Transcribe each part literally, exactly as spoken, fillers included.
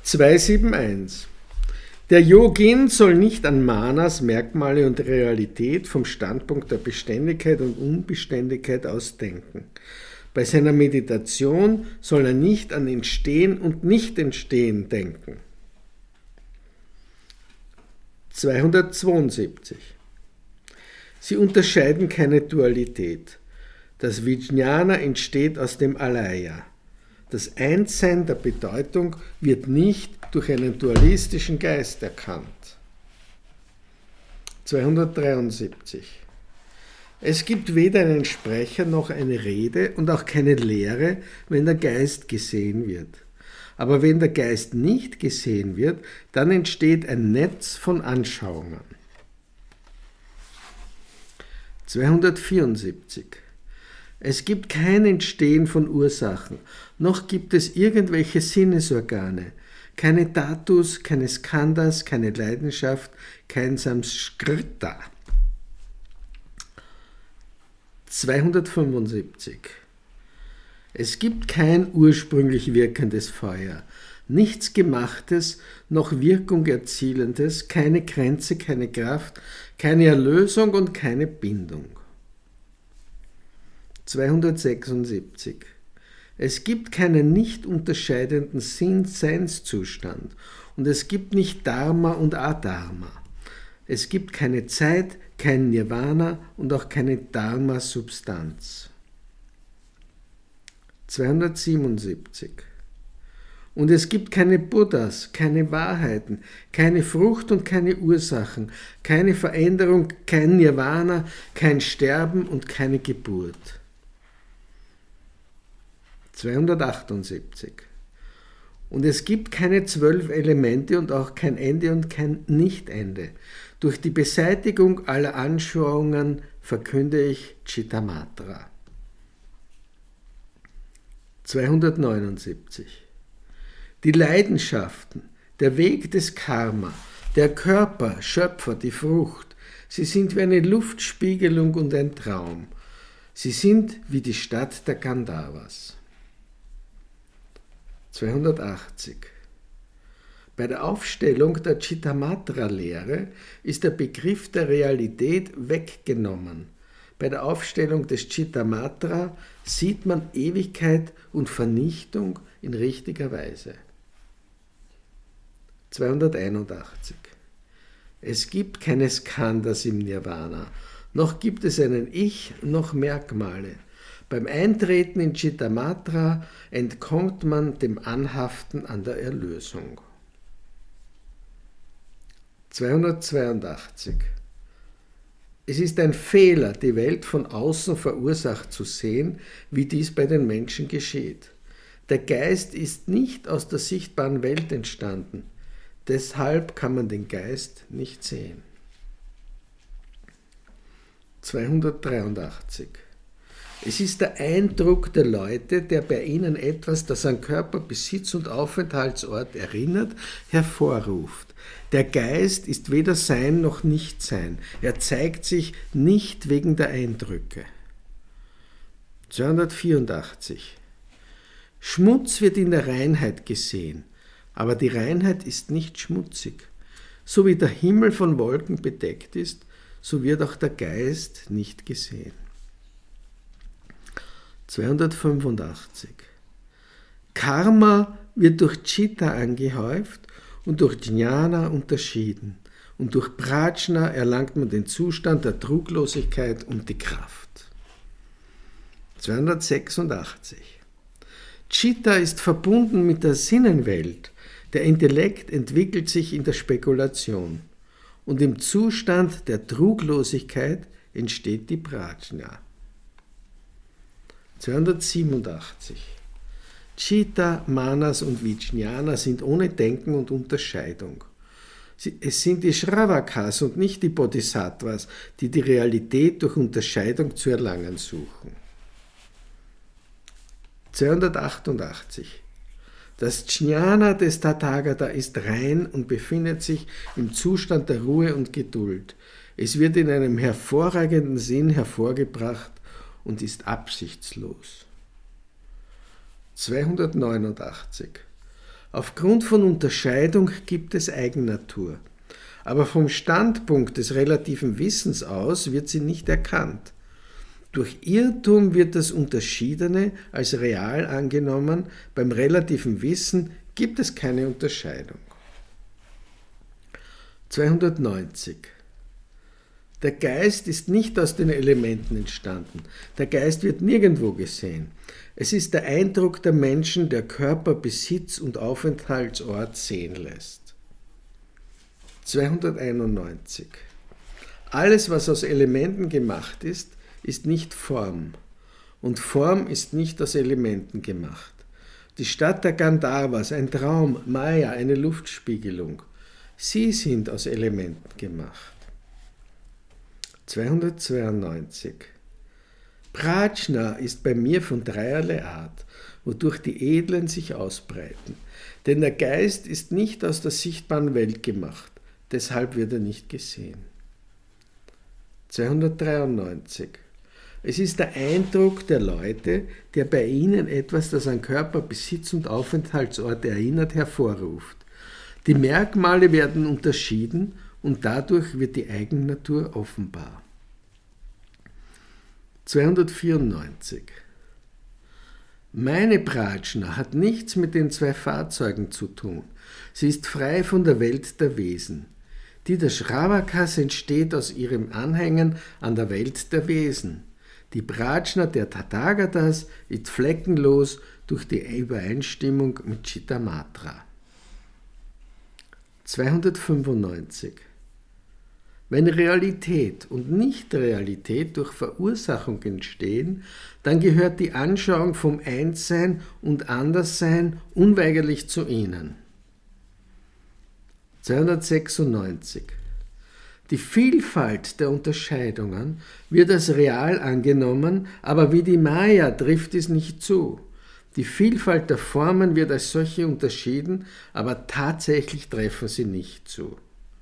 zweihunderteinundsiebzig. Der Yogin soll nicht an Manas, Merkmale und Realität vom Standpunkt der Beständigkeit und Unbeständigkeit aus denken. Bei seiner Meditation soll er nicht an Entstehen und Nicht-Entstehen denken. zweihundertzweiundsiebzig. Sie unterscheiden keine Dualität. Das Vijnana entsteht aus dem Alaya. Das Einssein der Bedeutung wird nicht durch einen dualistischen Geist erkannt. zweihundertdreiundsiebzig. Es gibt weder einen Sprecher noch eine Rede und auch keine Lehre, wenn der Geist gesehen wird. Aber wenn der Geist nicht gesehen wird, dann entsteht ein Netz von Anschauungen. zweihundertvierundsiebzig. Es gibt kein Entstehen von Ursachen, noch gibt es irgendwelche Sinnesorgane, keine Tatus, keine Skandhas, keine Leidenschaft, kein Samskrita. zweihundertfünfundsiebzig. Es gibt kein ursprünglich wirkendes Feuer, nichts Gemachtes, noch Wirkung Erzielendes, keine Grenze, keine Kraft, keine Erlösung und keine Bindung. zweihundertsechsundsiebzig. Es gibt keinen nicht unterscheidenden Sinn-Seinszustand und es gibt nicht Dharma und Adharma. Es gibt keine Zeit, kein Nirvana und auch keine Dharma-Substanz. zweihundertsiebenundsiebzig. Und es gibt keine Buddhas, keine Wahrheiten, keine Frucht und keine Ursachen, keine Veränderung, kein Nirvana, kein Sterben und keine Geburt. zweihundertachtundsiebzig. Und es gibt keine zwölf Elemente und auch kein Ende und kein Nichtende. Durch die Beseitigung aller Anschauungen verkünde ich Chittamatra. zweihundertneunundsiebzig. Die Leidenschaften, der Weg des Karma, der Körper, Schöpfer, die Frucht, sie sind wie eine Luftspiegelung und ein Traum. Sie sind wie die Stadt der Gandharvas. zweihundertachtzig. Bei der Aufstellung der Chittamatra-Lehre ist der Begriff der Realität weggenommen. Bei der Aufstellung des Chittamatra sieht man Ewigkeit und Vernichtung in richtiger Weise. zweihunderteinundachtzig. Es gibt keine Skandhas im Nirvana, noch gibt es einen Ich, noch Merkmale. Beim Eintreten in Chittamatra entkommt man dem Anhaften an der Erlösung. zweihundertzweiundachtzig. Es ist ein Fehler, die Welt von außen verursacht zu sehen, wie dies bei den Menschen geschieht. Der Geist ist nicht aus der sichtbaren Welt entstanden, deshalb kann man den Geist nicht sehen. zweihundertdreiundachtzig. Es ist der Eindruck der Leute, der bei ihnen etwas, das an Körper, Besitz und Aufenthaltsort erinnert, hervorruft. Der Geist ist weder Sein noch Nichtsein. Er zeigt sich nicht wegen der Eindrücke. zweihundertvierundachtzig. Schmutz wird in der Reinheit gesehen, aber die Reinheit ist nicht schmutzig. So wie der Himmel von Wolken bedeckt ist, so wird auch der Geist nicht gesehen. zweihundertfünfundachtzig. Karma wird durch Chitta angehäuft und durch Jnana unterschieden. Und durch Prajna erlangt man den Zustand der Truglosigkeit und die Kraft. zweihundertsechsundachtzig. Chitta ist verbunden mit der Sinnenwelt. Der Intellekt entwickelt sich in der Spekulation. Und im Zustand der Truglosigkeit entsteht die Prajna. zweihundertsiebenundachtzig. Chitta, Manas und Vijnana sind ohne Denken und Unterscheidung. Es sind die Shravakas und nicht die Bodhisattvas, die die Realität durch Unterscheidung zu erlangen suchen. zweihundertachtundachtzig. Das Jnana des Tathagata ist rein und befindet sich im Zustand der Ruhe und Geduld. Es wird in einem hervorragenden Sinn hervorgebracht und ist absichtslos. zweihundertneunundachtzig. Aufgrund von Unterscheidung gibt es Eigennatur. Aber vom Standpunkt des relativen Wissens aus wird sie nicht erkannt. Durch Irrtum wird das Unterschiedene als real angenommen, beim relativen Wissen gibt es keine Unterscheidung. zweihundertneunzig. Der Geist ist nicht aus den Elementen entstanden. Der Geist wird nirgendwo gesehen. Es ist der Eindruck der Menschen, der Körper Besitz und Aufenthaltsort sehen lässt. zweihunderteinundneunzig. Alles, was aus Elementen gemacht ist, ist nicht Form. Und Form ist nicht aus Elementen gemacht. Die Stadt der Gandharvas, ein Traum, Maya, eine Luftspiegelung. Sie sind aus Elementen gemacht. zweihundertzweiundneunzig. Prajna ist bei mir von dreierlei Art, wodurch die Edlen sich ausbreiten. Denn der Geist ist nicht aus der sichtbaren Welt gemacht, deshalb wird er nicht gesehen. zweihundertdreiundneunzig. Es ist der Eindruck der Leute, der bei ihnen etwas, das an Körper, Besitz und Aufenthaltsort erinnert, hervorruft. Die Merkmale werden unterschieden und dadurch wird die Eigennatur offenbar. zweihundertvierundneunzig. Meine Prajna hat nichts mit den zwei Fahrzeugen zu tun. Sie ist frei von der Welt der Wesen. Die der Shravakas entsteht aus ihrem Anhängen an der Welt der Wesen. Die Prajna der Tathagatas ist fleckenlos durch die Übereinstimmung mit Chittamatra. zweihundertfünfundneunzig. Wenn Realität und Nicht-Realität durch Verursachung entstehen, dann gehört die Anschauung vom Einssein und Anderssein unweigerlich zu ihnen. zweihundertsechsundneunzig. Die Vielfalt der Unterscheidungen wird als real angenommen, aber wie die Maya trifft es nicht zu. Die Vielfalt der Formen wird als solche unterschieden, aber tatsächlich treffen sie nicht zu.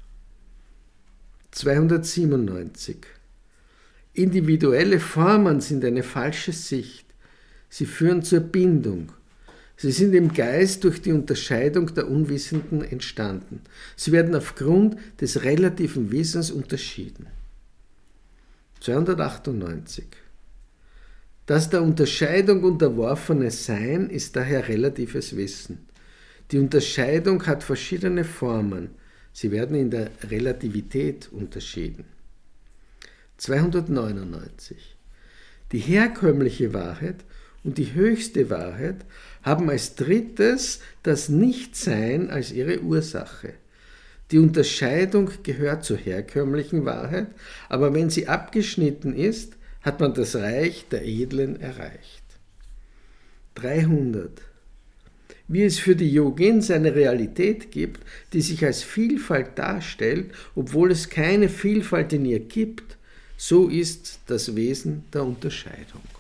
zweihundertsiebenundneunzig. Individuelle Formen sind eine falsche Sicht. Sie führen zur Bindung. Sie sind im Geist durch die Unterscheidung der Unwissenden entstanden. Sie werden aufgrund des relativen Wissens unterschieden. zweihundertachtundneunzig. Das der Unterscheidung unterworfene Sein ist daher relatives Wissen. Die Unterscheidung hat verschiedene Formen. Sie werden in der Relativität unterschieden. zweihundertneunundneunzig. Die herkömmliche Wahrheit und die höchste Wahrheit haben als drittes das Nichtsein als ihre Ursache. Die Unterscheidung gehört zur herkömmlichen Wahrheit, aber wenn sie abgeschnitten ist, hat man das Reich der Edlen erreicht. dreihundert. Wie es für die Yogins eine Realität gibt, die sich als Vielfalt darstellt, obwohl es keine Vielfalt in ihr gibt, so ist das Wesen der Unterscheidung.